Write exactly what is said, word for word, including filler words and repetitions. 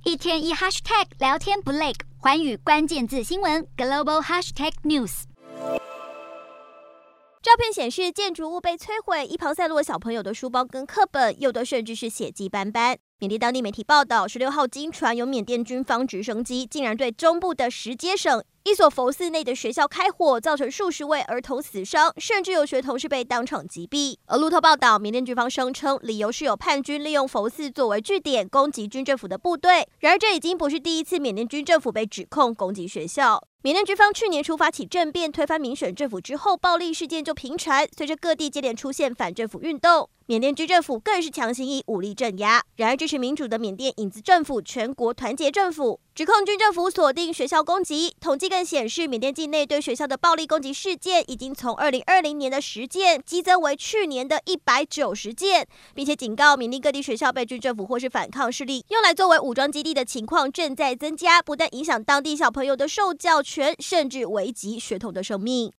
一天一 hashtag 聊天不累，寰宇关键字新闻 global hashtag news。 照片显示，建筑物被摧毁，一旁散落小朋友的书包跟课本，有的甚至是血迹斑斑。缅甸当地媒体报道，十六号经传有缅甸军方直升机竟然对中部的什阶省一所佛寺内的学校开火，造成数十位儿童死伤，甚至有学童是被当场击毙。而路透报道，缅甸军方声称，理由是有叛军利用佛寺作为据点攻击军政府的部队。然而，这已经不是第一次缅甸军政府被指控攻击学校。缅甸军方去年初发起政变，推翻民选政府之后，暴力事件就频传。随着各地接连出现反政府运动，缅甸军政府更是强行以武力镇压。然而，支持民主的缅甸影子政府全国团结政府指控军政府锁定学校攻击。统计更显示，缅甸境内对学校的暴力攻击事件已经从二零二零年的十件激增为去年的一百九十件，并且警告缅甸各地学校被军政府或是反抗势力用来作为武装基地的情况正在增加，不但影响当地小朋友的受教权，甚至危及学童的生命。